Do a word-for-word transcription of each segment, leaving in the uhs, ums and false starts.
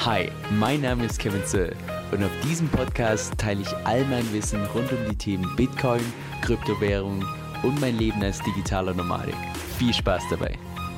Hi, mein Name ist Kevin Zöll und auf diesem Podcast teile ich all mein Wissen rund um die Themen Bitcoin, Kryptowährung und mein Leben als digitaler Nomade. Viel Spaß dabei!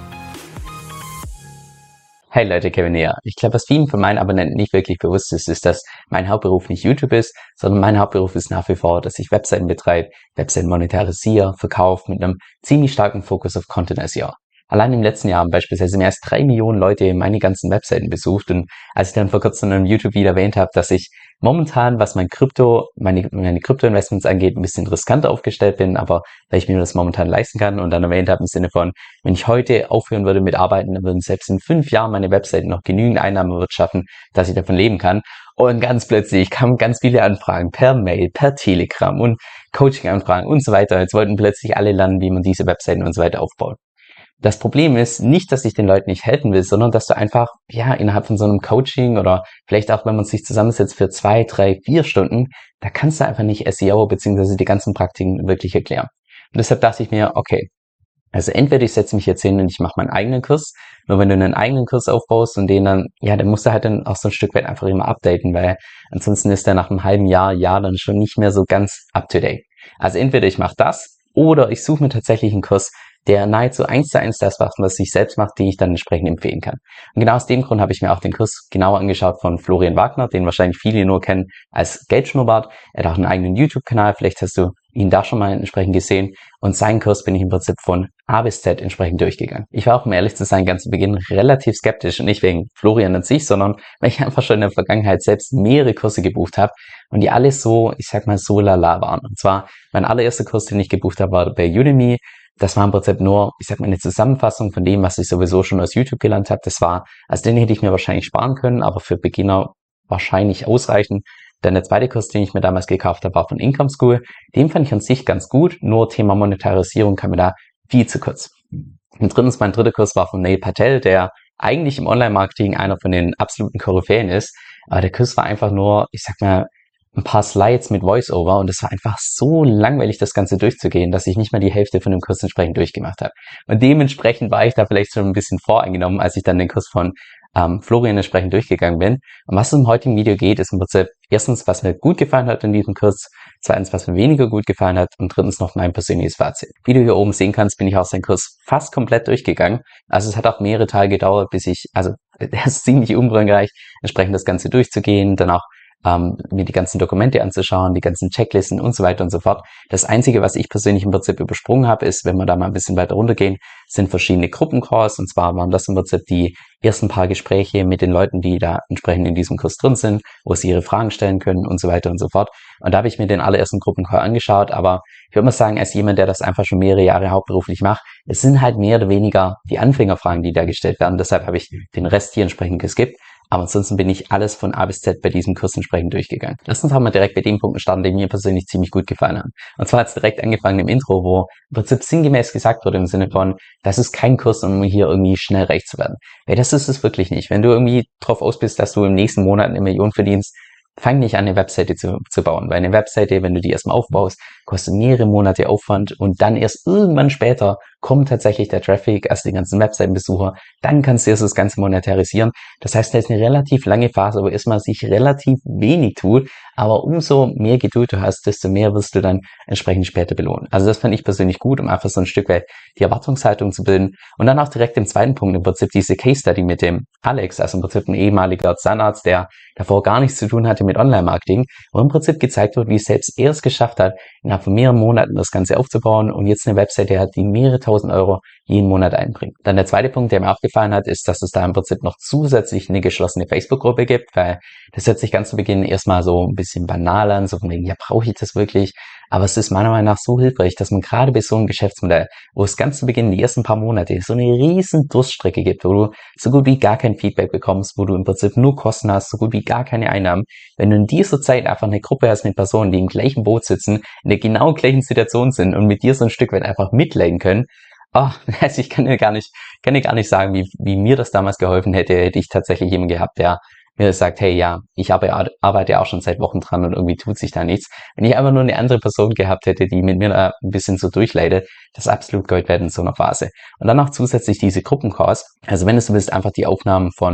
Hey Leute, Kevin hier. Ich glaube, was vielen von meinen Abonnenten nicht wirklich bewusst ist, ist, dass mein Hauptberuf nicht YouTube ist, sondern mein Hauptberuf ist nach wie vor, dass ich Webseiten betreibe, Webseiten monetarisiere, verkaufe mit einem ziemlich starken Fokus auf Content S E O. Allein im letzten Jahr haben beispielsweise mehr als drei Millionen Leute meine ganzen Webseiten besucht, und als ich dann vor kurzem in einem YouTube-Video erwähnt habe, dass ich momentan, was mein Krypto, meine, meine Krypto-Investments angeht, ein bisschen riskanter aufgestellt bin, aber weil ich mir das momentan leisten kann, und dann erwähnt habe im Sinne von, wenn ich heute aufhören würde mit Arbeiten, dann würden selbst in fünf Jahren meine Webseiten noch genügend Einnahmen erwirtschaften, dass ich davon leben kann. Und ganz plötzlich kamen ganz viele Anfragen per Mail, per Telegram und Coaching-Anfragen und so weiter. Jetzt wollten plötzlich alle lernen, wie man diese Webseiten und so weiter aufbaut. Das Problem ist nicht, dass ich den Leuten nicht helfen will, sondern dass du einfach, ja, innerhalb von so einem Coaching oder vielleicht auch, wenn man sich zusammensetzt für zwei, drei, vier Stunden, da kannst du einfach nicht S E O bzw. die ganzen Praktiken wirklich erklären. Und deshalb dachte ich mir, okay, also entweder ich setze mich jetzt hin und ich mache meinen eigenen Kurs. Nur wenn du einen eigenen Kurs aufbaust und den dann, ja, dann musst du halt dann auch so ein Stück weit einfach immer updaten, weil ansonsten ist der nach einem halben Jahr, Jahr dann schon nicht mehr so ganz up to date. Also entweder ich mache das oder ich suche mir tatsächlich einen Kurs, der nahezu eins zu eins das macht, was ich selbst mache, den ich dann entsprechend empfehlen kann. Und genau aus dem Grund habe ich mir auch den Kurs genauer angeschaut von Florian Wagner, den wahrscheinlich viele nur kennen als Geldschnurrbart. Er hat auch einen eigenen YouTube-Kanal, vielleicht hast du ihn da schon mal entsprechend gesehen. Und seinen Kurs bin ich im Prinzip von A bis Z entsprechend durchgegangen. Ich war auch, um ehrlich zu sein, ganz zu Beginn relativ skeptisch, und nicht wegen Florian an sich, sondern weil ich einfach schon in der Vergangenheit selbst mehrere Kurse gebucht habe und die alle so, ich sag mal, so lala waren. Und zwar mein allererster Kurs, den ich gebucht habe, war bei Udemy. Das war im Prinzip nur, ich sag mal, eine Zusammenfassung von dem, was ich sowieso schon aus YouTube gelernt habe. Das war, also den hätte ich mir wahrscheinlich sparen können, aber für Beginner wahrscheinlich ausreichend. Dann der zweite Kurs, den ich mir damals gekauft habe, war von Income School. Den fand ich an sich ganz gut, nur Thema Monetarisierung kam mir da viel zu kurz. Und drittens, mein dritter Kurs war von Neil Patel, der eigentlich im Online-Marketing einer von den absoluten Koryphäen ist. Aber der Kurs war einfach nur, ich sag mal, ein paar Slides mit Voice-Over, und es war einfach so langweilig, das Ganze durchzugehen, dass ich nicht mal die Hälfte von dem Kurs entsprechend durchgemacht habe. Und dementsprechend war ich da vielleicht schon ein bisschen voreingenommen, als ich dann den Kurs von ähm, Florian entsprechend durchgegangen bin. Und was es im heutigen Video geht, ist im Prinzip erstens, was mir gut gefallen hat in diesem Kurs, zweitens, was mir weniger gut gefallen hat, und drittens noch mein persönliches Fazit. Wie du hier oben sehen kannst, bin ich auch seinen Kurs fast komplett durchgegangen. Also es hat auch mehrere Tage gedauert, bis ich, also der ist ziemlich umfangreich, entsprechend das Ganze durchzugehen, dann auch Ähm, mir die ganzen Dokumente anzuschauen, die ganzen Checklisten und so weiter und so fort. Das Einzige, was ich persönlich im Prinzip übersprungen habe, ist, wenn wir da mal ein bisschen weiter runtergehen, sind verschiedene Gruppencalls. Und zwar waren das im Prinzip die ersten paar Gespräche mit den Leuten, die da entsprechend in diesem Kurs drin sind, wo sie ihre Fragen stellen können und so weiter und so fort. Und da habe ich mir den allerersten Gruppencall angeschaut, aber ich würde mal sagen, als jemand, der das einfach schon mehrere Jahre hauptberuflich macht, es sind halt mehr oder weniger die Anfängerfragen, die da gestellt werden. Deshalb habe ich den Rest hier entsprechend geskippt. Aber ansonsten bin ich alles von A bis Z bei diesem Kurs entsprechend durchgegangen. Lass uns aber direkt bei den Punkten starten, die mir persönlich ziemlich gut gefallen haben. Und zwar hat es direkt angefangen im Intro, wo im Prinzip sinngemäß gesagt wurde im Sinne von, das ist kein Kurs, um hier irgendwie schnell reich zu werden. Weil das ist es wirklich nicht. Wenn du irgendwie drauf aus bist, dass du im nächsten Monat eine Million verdienst, fang nicht an, eine Webseite zu, zu bauen. Weil eine Webseite, wenn du die erstmal aufbaust, kostet mehrere Monate Aufwand, und dann erst irgendwann später kommt tatsächlich der Traffic, also die ganzen Webseitenbesucher, dann kannst du erst das Ganze monetarisieren. Das heißt, da ist eine relativ lange Phase, wo erstmal sich relativ wenig tut, aber umso mehr Geduld du hast, desto mehr wirst du dann entsprechend später belohnen. Also das fand ich persönlich gut, um einfach so ein Stück weit die Erwartungshaltung zu bilden. Und dann auch direkt im zweiten Punkt im Prinzip diese Case Study mit dem Alex, also im Prinzip ein ehemaliger Zahnarzt, der davor gar nichts zu tun hatte mit Online-Marketing, wo im Prinzip gezeigt wird, wie selbst er es geschafft hat, innerhalb von mehreren Monaten das Ganze aufzubauen und jetzt eine Webseite hat, die mehrere tausend Euro jeden Monat einbringt. Dann der zweite Punkt, der mir auch gefallen hat, ist, dass es da im Prinzip noch zusätzlich eine geschlossene Facebook-Gruppe gibt, weil das hört sich ganz zu Beginn erstmal so ein bisschen banal an, so von wegen, ja, brauche ich das wirklich? Aber es ist meiner Meinung nach so hilfreich, dass man gerade bei so einem Geschäftsmodell, wo es ganz zu Beginn die ersten paar Monate so eine riesen Durststrecke gibt, wo du so gut wie gar kein Feedback bekommst, wo du im Prinzip nur Kosten hast, so gut wie gar keine Einnahmen. Wenn du in dieser Zeit einfach eine Gruppe hast mit Personen, die im gleichen Boot sitzen, in der genau gleichen Situation sind und mit dir so ein Stück weit einfach mitleiden können, oh, also ich kann dir gar nicht, kann dir gar nicht sagen, wie, wie mir das damals geholfen hätte, hätte ich tatsächlich jemanden gehabt, der mir sagt, hey, ja, ich arbeite, arbeite auch schon seit Wochen dran und irgendwie tut sich da nichts. Wenn ich einfach nur eine andere Person gehabt hätte, die mit mir da ein bisschen so durchleidet, das ist absolut Gold wert in so einer Phase. Und dann noch zusätzlich diese Gruppencalls. Also wenn du so willst, einfach die Aufnahmen von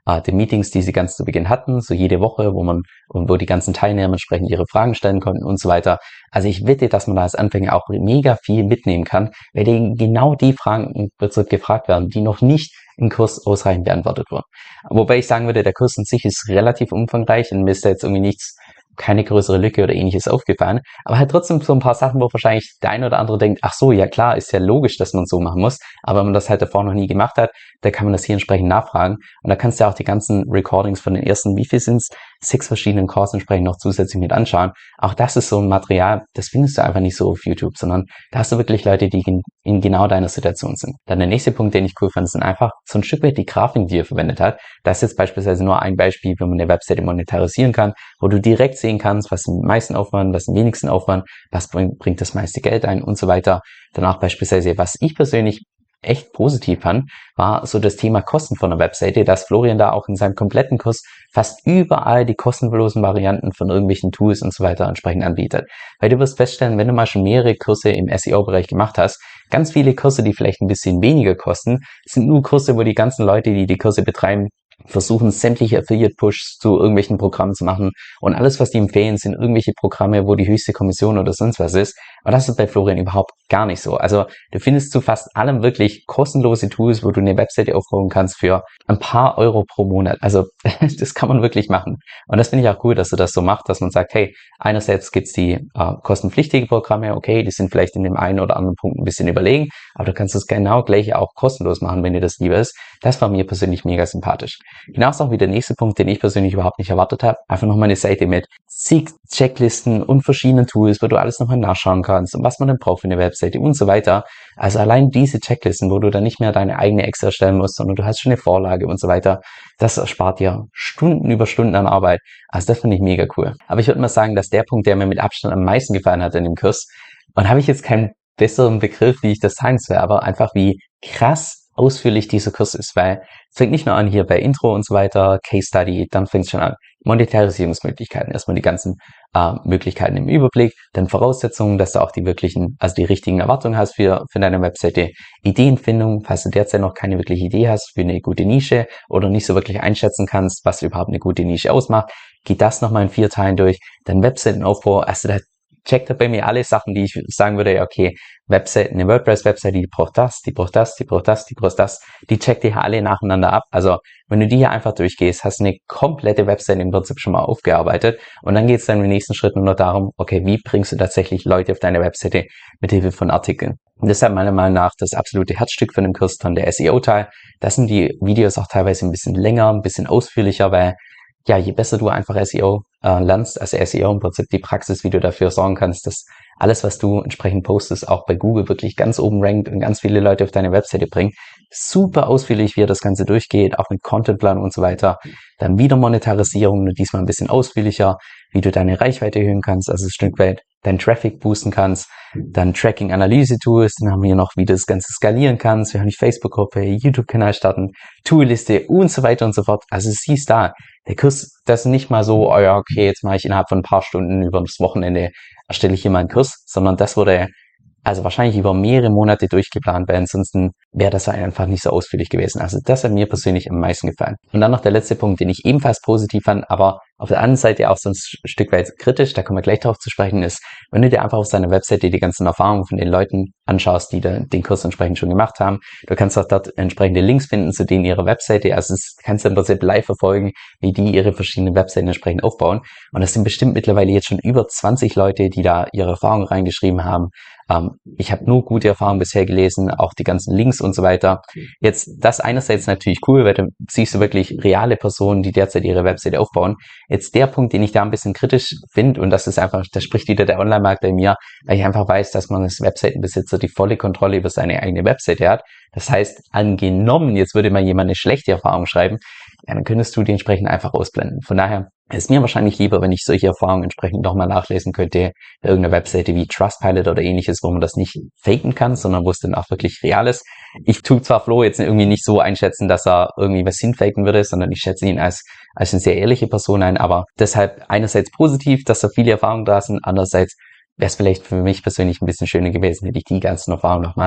äh, den Meetings, die sie ganz zu Beginn hatten, so jede Woche, wo man, wo die ganzen Teilnehmer entsprechend ihre Fragen stellen konnten und so weiter. Also ich wette, dass man da als Anfänger auch mega viel mitnehmen kann, weil die, genau die Fragen wird gefragt werden, die noch nicht im Kurs ausreichend beantwortet wurden. Wobei ich sagen würde, der Kurs an sich ist relativ umfangreich und mir ist da jetzt irgendwie nichts, keine größere Lücke oder ähnliches aufgefallen, aber halt trotzdem so ein paar Sachen, wo wahrscheinlich der eine oder andere denkt, ach so, ja klar, ist ja logisch, dass man so machen muss, aber wenn man das halt davor noch nie gemacht hat, da kann man das hier entsprechend nachfragen und da kannst du auch die ganzen Recordings von den ersten, wie viel sind's, sechs verschiedenen Calls entsprechend noch zusätzlich mit anschauen. Auch das ist so ein Material, das findest du einfach nicht so auf YouTube, sondern da hast du wirklich Leute, die in, in genau deiner Situation sind. Dann der nächste Punkt, den ich cool fand, sind einfach so ein Stück weit die Grafiken, die er verwendet hat. Das ist jetzt beispielsweise nur ein Beispiel, wie man eine Webseite monetarisieren kann, wo du direkt sehen kannst, was im meisten Aufwand, was im wenigsten Aufwand, was bringt, bringt das meiste Geld ein und so weiter. Danach beispielsweise, was ich persönlich echt positiv fand, war so das Thema Kosten von der Webseite, dass Florian da auch in seinem kompletten Kurs fast überall die kostenlosen Varianten von irgendwelchen Tools und so weiter entsprechend anbietet. Weil du wirst feststellen, wenn du mal schon mehrere Kurse im S E O-Bereich gemacht hast, ganz viele Kurse, die vielleicht ein bisschen weniger kosten, sind nur Kurse, wo die ganzen Leute, die die Kurse betreiben, versuchen sämtliche Affiliate-Pushs zu irgendwelchen Programmen zu machen und alles, was die empfehlen, sind irgendwelche Programme, wo die höchste Kommission oder sonst was ist. Aber das ist bei Florian überhaupt gar nicht so. Also du findest zu fast allem wirklich kostenlose Tools, wo du eine Webseite aufbauen kannst für ein paar Euro pro Monat. Also das kann man wirklich machen. Und das finde ich auch cool, dass du das so machst, dass man sagt, hey, einerseits gibt's die äh, kostenpflichtigen Programme, okay, die sind vielleicht in dem einen oder anderen Punkt ein bisschen überlegen, aber du kannst das genau gleich auch kostenlos machen, wenn dir das lieber ist. Das war mir persönlich mega sympathisch. Genauso auch wie der nächste Punkt, den ich persönlich überhaupt nicht erwartet habe. Einfach nochmal eine Seite mit zig Checklisten und verschiedenen Tools, wo du alles nochmal nachschauen kannst und was man denn braucht für eine Webseite und so weiter. Also allein diese Checklisten, wo du dann nicht mehr deine eigene Excel erstellen musst, sondern du hast schon eine Vorlage und so weiter, das erspart dir Stunden über Stunden an Arbeit. Also das finde ich mega cool. Aber ich würde mal sagen, dass der Punkt, der mir mit Abstand am meisten gefallen hat in dem Kurs, und habe ich jetzt keinen besseren Begriff, wie ich das sagen soll, aber einfach wie krass ausführlich dieser Kurs ist, weil es fängt nicht nur an hier bei Intro und so weiter, Case Study, dann fängt es schon an. Monetarisierungsmöglichkeiten, erstmal die ganzen äh, Möglichkeiten im Überblick, dann Voraussetzungen, dass du auch die wirklichen, also die richtigen Erwartungen hast für, für deine Webseite, Ideenfindung, falls du derzeit noch keine wirkliche Idee hast für eine gute Nische oder nicht so wirklich einschätzen kannst, was überhaupt eine gute Nische ausmacht, geht das nochmal in vier Teilen durch, dann Webseitenaufbau, also da checkt er bei mir alle Sachen, die ich sagen würde, ja okay, Webseite, eine WordPress-Webseite, die braucht das, die braucht das, die braucht das, die braucht das, die checkt ihr alle nacheinander ab. Also wenn du die hier einfach durchgehst, hast du eine komplette Webseite im Prinzip schon mal aufgearbeitet und dann geht es dann im nächsten Schritt nur noch darum, okay, wie bringst du tatsächlich Leute auf deine Webseite mit Hilfe von Artikeln. Und deshalb meiner Meinung nach das absolute Herzstück von dem Kurs dann der S E O-Teil. Da sind die Videos auch teilweise ein bisschen länger, ein bisschen ausführlicher, weil ja, je besser du einfach S E O äh, lernst, also S E O im Prinzip die Praxis, wie du dafür sorgen kannst, dass alles, was du entsprechend postest, auch bei Google wirklich ganz oben rankt und ganz viele Leute auf deine Webseite bringt. Super ausführlich, wie das Ganze durchgeht, auch mit Contentplan und so weiter. Dann wieder Monetarisierung, nur diesmal ein bisschen ausführlicher, wie du deine Reichweite erhöhen kannst, also ein Stück weit deinen Traffic boosten kannst. Dann Tracking-Analyse-Tools, dann haben wir noch, wie du das Ganze skalieren kannst. Wir haben die Facebook-Gruppe, YouTube-Kanal starten, Tool-Liste und so weiter und so fort. Also siehst da, der Kurs, das ist nicht mal so, oh ja, okay, jetzt mache ich innerhalb von ein paar Stunden über das Wochenende, erstelle ich hier mal einen Kurs, sondern das wurde also wahrscheinlich über mehrere Monate durchgeplant, weil ansonsten wäre das einfach nicht so ausführlich gewesen. Also das hat mir persönlich am meisten gefallen. Und dann noch der letzte Punkt, den ich ebenfalls positiv fand, aber auf der anderen Seite auch so ein Stück weit kritisch, da kommen wir gleich drauf zu sprechen, ist, wenn du dir einfach auf seiner Webseite die ganzen Erfahrungen von den Leuten anschaust, die da den Kurs entsprechend schon gemacht haben. Du kannst auch dort entsprechende Links finden zu denen ihrer Webseite. Also das kannst du im Prinzip live verfolgen, wie die ihre verschiedenen Webseiten entsprechend aufbauen. Und das sind bestimmt mittlerweile jetzt schon über zwanzig Leute, die da ihre Erfahrungen reingeschrieben haben. Ähm, ich habe nur gute Erfahrungen bisher gelesen, auch die ganzen Links und so weiter. Jetzt, das einerseits natürlich cool, weil du siehst du wirklich reale Personen, die derzeit ihre Webseite aufbauen. Jetzt der Punkt, den ich da ein bisschen kritisch finde, und das ist einfach, da spricht wieder der Online-Markt bei mir, weil ich einfach weiß, dass man als Webseitenbesitzer die volle Kontrolle über seine eigene Webseite hat. Das heißt, angenommen, jetzt würde mal jemand eine schlechte Erfahrung schreiben, ja, dann könntest du die entsprechend einfach ausblenden. Von daher ist mir wahrscheinlich lieber, wenn ich solche Erfahrungen entsprechend nochmal nachlesen könnte bei irgendeiner Webseite wie Trustpilot oder ähnliches, wo man das nicht faken kann, sondern wo es dann auch wirklich real ist. Ich tue zwar Flo jetzt irgendwie nicht so einschätzen, dass er irgendwie was hinfaken würde, sondern ich schätze ihn als als eine sehr ehrliche Person ein, aber deshalb einerseits positiv, dass da viele Erfahrungen da sind, andererseits wäre es vielleicht für mich persönlich ein bisschen schöner gewesen, hätte ich die ganzen Erfahrungen nochmal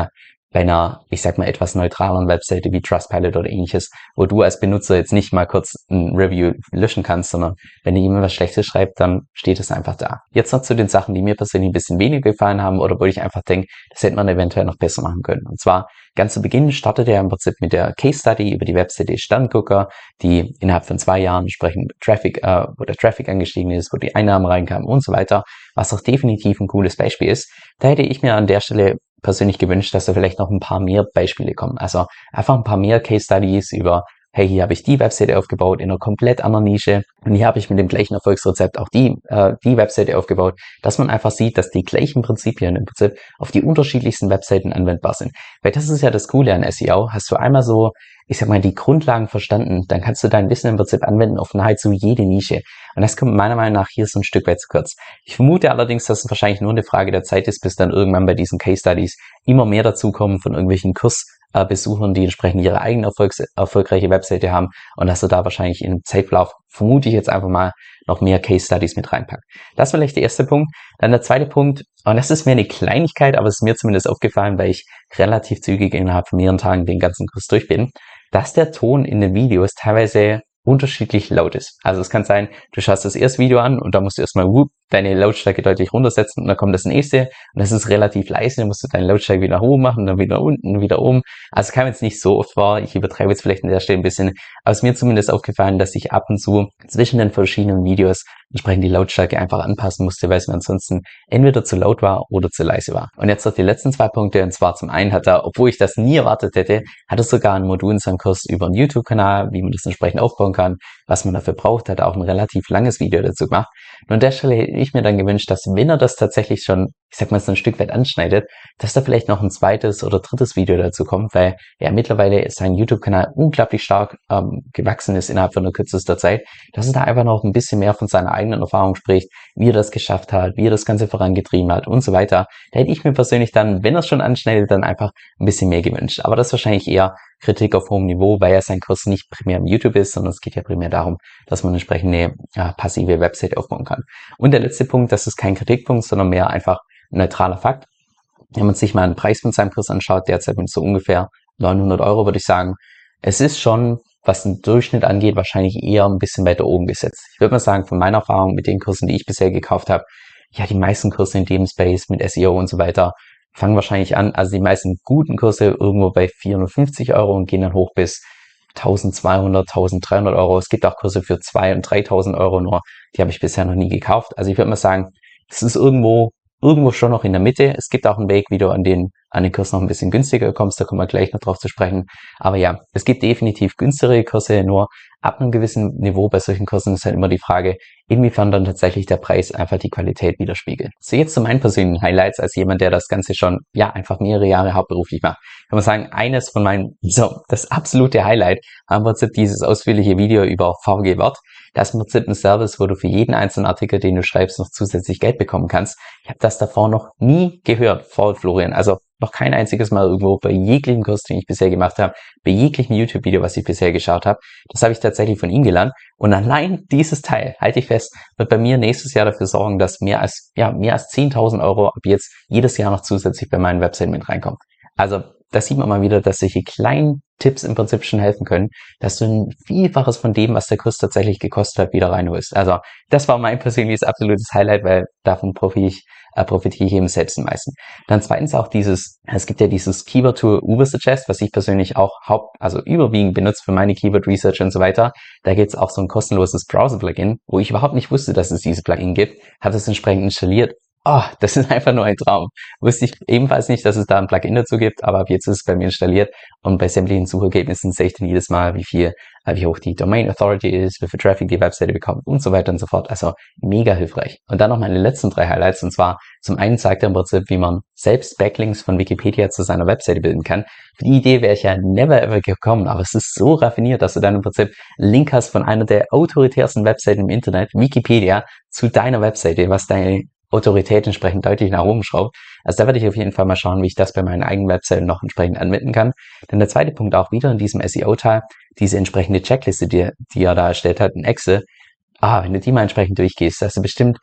bei einer, ich sag mal, etwas neutraleren Webseite wie Trustpilot oder ähnliches, wo du als Benutzer jetzt nicht mal kurz ein Review löschen kannst, sondern wenn dir jemand was Schlechtes schreibt, dann steht es einfach da. Jetzt noch zu den Sachen, die mir persönlich ein bisschen weniger gefallen haben oder wo ich einfach denke, das hätte man eventuell noch besser machen können. Und zwar, ganz zu Beginn startet er im Prinzip mit der Case Study über die Webseite Sterngucker, die innerhalb von zwei Jahren entsprechend Traffic, äh, wo der Traffic angestiegen ist, wo die Einnahmen reinkamen und so weiter, was auch definitiv ein cooles Beispiel ist. Da hätte ich mir an der Stelle persönlich gewünscht, dass da vielleicht noch ein paar mehr Beispiele kommen. Also einfach ein paar mehr Case Studies über, hey, hier habe ich die Webseite aufgebaut in einer komplett anderen Nische und hier habe ich mit dem gleichen Erfolgsrezept auch die, äh, die Webseite aufgebaut, dass man einfach sieht, dass die gleichen Prinzipien im Prinzip auf die unterschiedlichsten Webseiten anwendbar sind. Weil das ist ja das Coole an S E O. Hast du einmal so, ich sag mal, die Grundlagen verstanden, dann kannst du dein Wissen im Prinzip anwenden auf nahezu jede Nische. Und das kommt meiner Meinung nach hier so ein Stück weit zu kurz. Ich vermute allerdings, dass es wahrscheinlich nur eine Frage der Zeit ist, bis dann irgendwann bei diesen Case Studies immer mehr dazukommen von irgendwelchen Kursbesuchern, die entsprechend ihre eigene Erfolgs erfolgreiche Webseite haben und dass du da wahrscheinlich im Zeitverlauf, vermute ich jetzt einfach mal, noch mehr Case Studies mit reinpackt. Das ist vielleicht der erste Punkt. Dann der zweite Punkt, und das ist mir eine Kleinigkeit, aber es ist mir zumindest aufgefallen, weil ich relativ zügig innerhalb von mehreren Tagen den ganzen Kurs durch bin, dass der Ton in den Videos teilweise unterschiedlich laut ist. Also es kann sein, du schaust das erste Video an und da musst du erstmal whoop, deine Lautstärke deutlich runtersetzen und dann kommt das nächste und das ist relativ leise, dann musst du deine Lautstärke wieder hoch machen, dann wieder unten, wieder oben. Also kam jetzt nicht so oft vor, ich übertreibe jetzt vielleicht an der Stelle ein bisschen, aber es ist mir zumindest aufgefallen, dass ich ab und zu zwischen den verschiedenen Videos entsprechend die Lautstärke einfach anpassen musste, weil es mir ansonsten entweder zu laut war oder zu leise war. Und jetzt noch die letzten zwei Punkte, und zwar zum einen hat er, obwohl ich das nie erwartet hätte, hat er sogar ein Modul in seinem Kurs über einen YouTube-Kanal, wie man das entsprechend aufbauen kann, was man dafür braucht, hat er auch ein relativ langes Video dazu gemacht. Und an der Stelle hätte ich mir dann gewünscht, dass wenn er das tatsächlich schon, ich sag mal, so ein Stück weit anschneidet, dass da vielleicht noch ein zweites oder drittes Video dazu kommt, weil ja mittlerweile sein YouTube-Kanal unglaublich stark ähm, gewachsen ist innerhalb von einer kürzester Zeit, dass er da einfach noch ein bisschen mehr von seiner eigenen Erfahrung spricht, wie er das geschafft hat, wie er das Ganze vorangetrieben hat und so weiter. Da hätte ich mir persönlich dann, wenn er es schon anschneidet, dann einfach ein bisschen mehr gewünscht. Aber das ist wahrscheinlich eher Kritik auf hohem Niveau, weil ja sein Kurs nicht primär im YouTube ist, sondern es geht ja primär darum, dass man entsprechend eine ja, passive Website aufbauen kann. Und der letzte Punkt, das ist kein Kritikpunkt, sondern mehr einfach ein neutraler Fakt. Wenn man sich mal einen Preis von seinem Kurs anschaut, derzeit mit so ungefähr neunhundert Euro, würde ich sagen, es ist schon, was den Durchschnitt angeht, wahrscheinlich eher ein bisschen weiter oben gesetzt. Ich würde mal sagen, von meiner Erfahrung mit den Kursen, die ich bisher gekauft habe, ja, die meisten Kurse in dem Space mit S E O und so weiter fangen wahrscheinlich an, also die meisten guten Kurse irgendwo bei vierhundertfünfzig Euro und gehen dann hoch bis eintausendzweihundert, eintausenddreihundert Euro. Es gibt auch Kurse für zweitausend und dreitausend Euro, nur die habe ich bisher noch nie gekauft. Also ich würde mal sagen, es ist irgendwo irgendwo schon noch in der Mitte. Es gibt auch einen Weg, wie du an den, an den Kurs noch ein bisschen günstiger kommst, da kommen wir gleich noch drauf zu sprechen. Aber ja, es gibt definitiv günstigere Kurse, nur ab einem gewissen Niveau bei solchen Kursen ist halt immer die Frage, inwiefern dann tatsächlich der Preis einfach die Qualität widerspiegelt. So, jetzt zu meinen persönlichen Highlights als jemand, der das Ganze schon, ja, einfach mehrere Jahre hauptberuflich macht. Ich kann mal sagen, eines von meinen, so, das absolute Highlight war im Prinzip dieses ausführliche Video über V G Word. Das ist im Prinzip ein Service, wo du für jeden einzelnen Artikel, den du schreibst, noch zusätzlich Geld bekommen kannst. Ich habe das davor noch nie gehört, vor Florian. Also noch kein einziges Mal irgendwo bei jeglichen Kurs, den ich bisher gemacht habe, bei jeglichen YouTube-Video, was ich bisher geschaut habe. Das habe ich tatsächlich von ihm gelernt. Und allein dieses Teil, halte ich fest, wird bei mir nächstes Jahr dafür sorgen, dass mehr als, ja, mehr als zehntausend Euro ab jetzt jedes Jahr noch zusätzlich bei meinen Webseiten mit reinkommen. Also da sieht man mal wieder, dass solche kleinen Tipps im Prinzip schon helfen können, dass du ein Vielfaches von dem, was der Kurs tatsächlich gekostet hat, wieder reinholst. Also das war mein persönliches absolutes Highlight, weil davon profitiere ich, äh, profitiere ich eben selbst am meisten. Dann zweitens auch dieses, es gibt ja dieses Keyword-Tool Ubersuggest, was ich persönlich auch haupt, also überwiegend benutze für meine Keyword-Research und so weiter. Da gibt es auch so ein kostenloses Browser-Plugin, wo ich überhaupt nicht wusste, dass es dieses Plugin gibt, habe es entsprechend installiert. Oh, das ist einfach nur ein Traum. Wusste ich ebenfalls nicht, dass es da ein Plugin dazu gibt, aber ab jetzt ist es bei mir installiert und bei sämtlichen Suchergebnissen sehe ich dann jedes Mal, wie viel, wie hoch die Domain Authority ist, wie viel Traffic die Webseite bekommt und so weiter und so fort. Also mega hilfreich. Und dann noch meine letzten drei Highlights, und zwar zum einen zeigt er im Prinzip, wie man selbst Backlinks von Wikipedia zu seiner Webseite bilden kann. Für die Idee wäre ich ja never ever gekommen, aber es ist so raffiniert, dass du dann im Prinzip einen Link hast von einer der autoritärsten Webseiten im Internet, Wikipedia, zu deiner Webseite, was deine Autorität entsprechend deutlich nach oben schraubt. Also da werde ich auf jeden Fall mal schauen, wie ich das bei meinen eigenen Webseiten noch entsprechend anwenden kann. Denn der zweite Punkt auch wieder in diesem S E O-Teil, diese entsprechende Checkliste, die, die er da erstellt hat in Excel. Ah, wenn du die mal entsprechend durchgehst, hast du bestimmt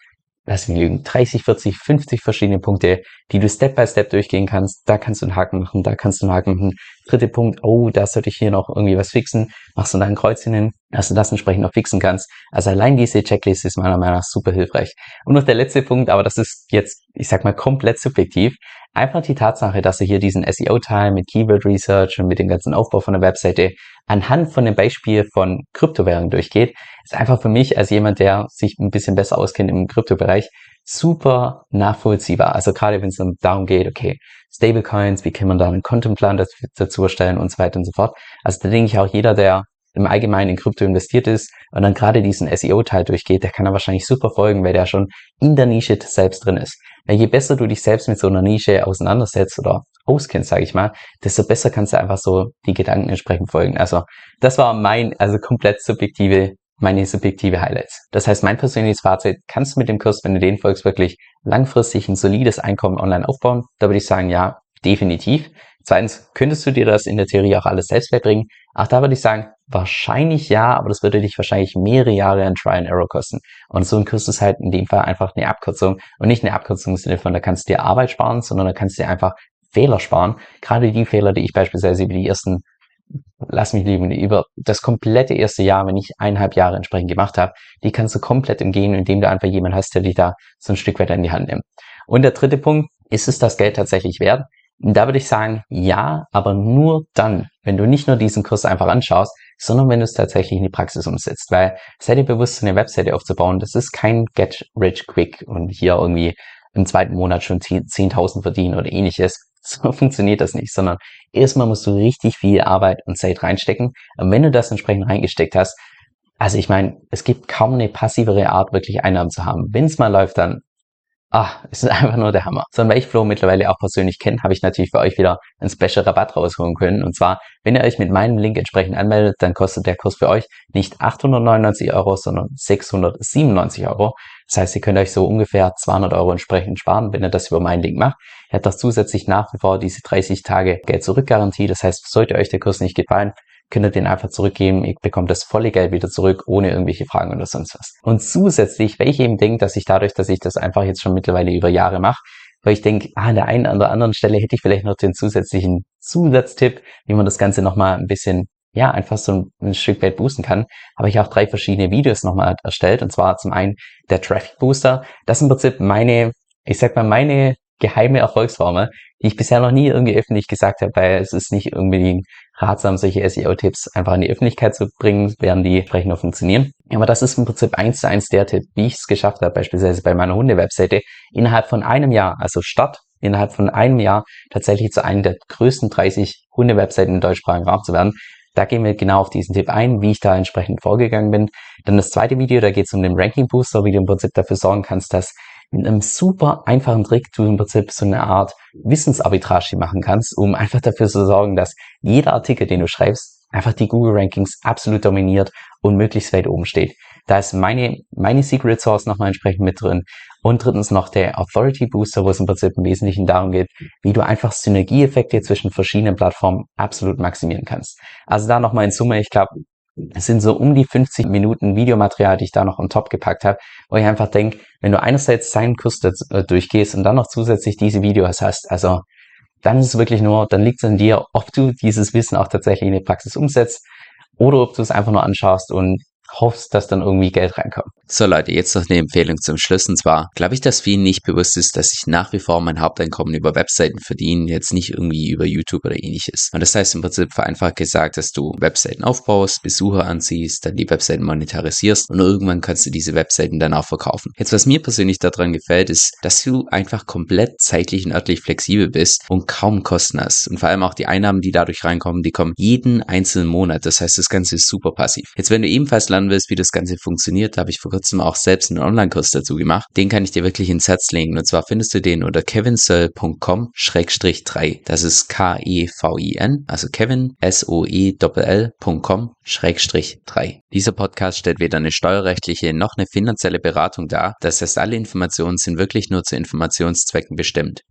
lass mich lügen, dreißig, vierzig, fünfzig verschiedene Punkte, die du Step by Step durchgehen kannst. Da kannst du einen Haken machen, da kannst du einen Haken machen. Dritter Punkt, oh, da sollte ich hier noch irgendwie was fixen. Machst du da ein Kreuzchen hin, dass du das entsprechend noch fixen kannst. Also allein diese Checkliste ist meiner Meinung nach super hilfreich. Und noch der letzte Punkt, aber das ist jetzt, ich sag mal, komplett subjektiv. Einfach die Tatsache, dass du hier diesen S E O-Teil mit Keyword Research und mit dem ganzen Aufbau von der Webseite anhand von dem Beispiel von Kryptowährungen durchgeht, ist einfach für mich als jemand, der sich ein bisschen besser auskennt im Kryptobereich, super nachvollziehbar. Also gerade wenn es darum geht, okay, Stablecoins, wie kann man da einen Contentplan dazu erstellen und so weiter und so fort. Also da denke ich auch, jeder, der im Allgemeinen in Krypto investiert ist und dann gerade diesen S E O-Teil durchgeht, der kann da wahrscheinlich super folgen, weil der schon in der Nische selbst drin ist. Weil je besser du dich selbst mit so einer Nische auseinandersetzt oder auskennst, sage ich mal, desto besser kannst du einfach so die Gedanken entsprechend folgen. Also das war mein, also komplett subjektive, meine subjektive Highlights. Das heißt, mein persönliches Fazit, kannst du mit dem Kurs, wenn du den folgst, wirklich langfristig ein solides Einkommen online aufbauen? Da würde ich sagen, ja, definitiv. Zweitens, könntest du dir das in der Theorie auch alles selbst beibringen? Auch da würde ich sagen, wahrscheinlich ja, aber das würde dich wahrscheinlich mehrere Jahre an Try and Error kosten. Und so ein Kurs ist halt in dem Fall einfach eine Abkürzung und nicht eine Abkürzung im Sinne von, da kannst du dir Arbeit sparen, sondern da kannst du dir einfach Fehler sparen. Gerade die Fehler, die ich beispielsweise über die ersten, lass mich lieben, über das komplette erste Jahr, wenn ich eineinhalb Jahre entsprechend gemacht habe, die kannst du komplett umgehen, indem du einfach jemanden hast, der dich da so ein Stück weit in die Hand nimmt. Und der dritte Punkt, ist es das Geld tatsächlich wert? Da würde ich sagen, ja, aber nur dann, wenn du nicht nur diesen Kurs einfach anschaust, sondern wenn du es tatsächlich in die Praxis umsetzt. Weil sei dir bewusst, eine Webseite aufzubauen, das ist kein Get Rich Quick und hier irgendwie im zweiten Monat schon zehntausend verdienen oder ähnliches. So funktioniert das nicht, sondern erstmal musst du richtig viel Arbeit und Zeit reinstecken. Und wenn du das entsprechend reingesteckt hast, also ich meine, es gibt kaum eine passivere Art, wirklich Einnahmen zu haben. Wenn es mal läuft, dann Ah, es ist einfach nur der Hammer. So, und weil ich Flo mittlerweile auch persönlich kenne, habe ich natürlich für euch wieder einen Special-Rabatt rausholen können. Und zwar, wenn ihr euch mit meinem Link entsprechend anmeldet, dann kostet der Kurs für euch nicht achthundertneunundneunzig Euro, sondern sechshundertsiebenundneunzig Euro. Das heißt, ihr könnt euch so ungefähr zweihundert Euro entsprechend sparen, wenn ihr das über meinen Link macht. Ihr habt auch zusätzlich nach wie vor diese dreißig Tage Geld-Zurück-Garantie. Das heißt, sollte euch der Kurs nicht gefallen, könnt ihr den einfach zurückgeben. Ihr bekommt das volle Geld wieder zurück, ohne irgendwelche Fragen oder sonst was. Und zusätzlich, weil ich eben denke, dass ich dadurch, dass ich das einfach jetzt schon mittlerweile über Jahre mache, weil ich denke, ah, an der einen oder anderen Stelle hätte ich vielleicht noch den zusätzlichen Zusatztipp, wie man das Ganze nochmal ein bisschen, ja, einfach so ein, ein Stück weit boosten kann, habe ich auch drei verschiedene Videos nochmal erstellt. Und zwar zum einen der Traffic Booster. Das ist im Prinzip meine, ich sag mal, meine geheime Erfolgsformel, die ich bisher noch nie irgendwie öffentlich gesagt habe, weil es ist nicht unbedingt ratsam, solche S E O-Tipps einfach in die Öffentlichkeit zu bringen, werden die entsprechend noch funktionieren. Aber das ist im Prinzip eins zu eins der Tipp, wie ich es geschafft habe, beispielsweise bei meiner Hunde-Webseite, innerhalb von einem Jahr, also Start, innerhalb von einem Jahr tatsächlich zu einer der größten dreißig Hunde-Webseiten im deutschsprachigen Raum zu werden. Da gehen wir genau auf diesen Tipp ein, wie ich da entsprechend vorgegangen bin. Dann das zweite Video, da geht es um den Ranking-Booster, wie du im Prinzip dafür sorgen kannst, dass mit einem super einfachen Trick du im Prinzip so eine Art Wissensarbitrage machen kannst, um einfach dafür zu sorgen, dass jeder Artikel, den du schreibst, einfach die Google-Rankings absolut dominiert und möglichst weit oben steht. Da ist meine, meine Secret Source nochmal entsprechend mit drin. Und drittens noch der Authority Booster, wo es im Prinzip im Wesentlichen darum geht, wie du einfach Synergieeffekte zwischen verschiedenen Plattformen absolut maximieren kannst. Also da nochmal in Summe, ich glaube, es sind so um die fünfzig Minuten Videomaterial, die ich da noch on top gepackt habe, wo ich einfach denke, wenn du einerseits seinen Kurs durchgehst und dann noch zusätzlich diese Videos hast, also dann ist es wirklich nur, dann liegt es an dir, ob du dieses Wissen auch tatsächlich in die Praxis umsetzt oder ob du es einfach nur anschaust und hoffst, dass dann irgendwie Geld reinkommt. So Leute, jetzt noch eine Empfehlung zum Schluss. Und zwar glaube ich, dass vielen nicht bewusst ist, dass ich nach wie vor mein Haupteinkommen über Webseiten verdiene, jetzt nicht irgendwie über YouTube oder ähnliches. Und das heißt im Prinzip vereinfacht gesagt, dass du Webseiten aufbaust, Besucher anziehst, dann die Webseiten monetarisierst und irgendwann kannst du diese Webseiten dann auch verkaufen. Jetzt, was mir persönlich daran gefällt, ist, dass du einfach komplett zeitlich und örtlich flexibel bist und kaum Kosten hast. Und vor allem auch die Einnahmen, die dadurch reinkommen, die kommen jeden einzelnen Monat. Das heißt, das Ganze ist super passiv. Jetzt, wenn du ebenfalls lernen willst, wie das Ganze funktioniert, da habe ich vor kurzem auch selbst einen Online-Kurs dazu gemacht. Den kann ich dir wirklich ins Herz legen. Und zwar findest du den unter kevinsoe punkt com Schrägstrich drei. Das ist K E V I N, also Kevin, S O E L L Punkt com Schrägstrich drei. Dieser Podcast stellt weder eine steuerrechtliche noch eine finanzielle Beratung dar. Das heißt, alle Informationen sind wirklich nur zu Informationszwecken bestimmt.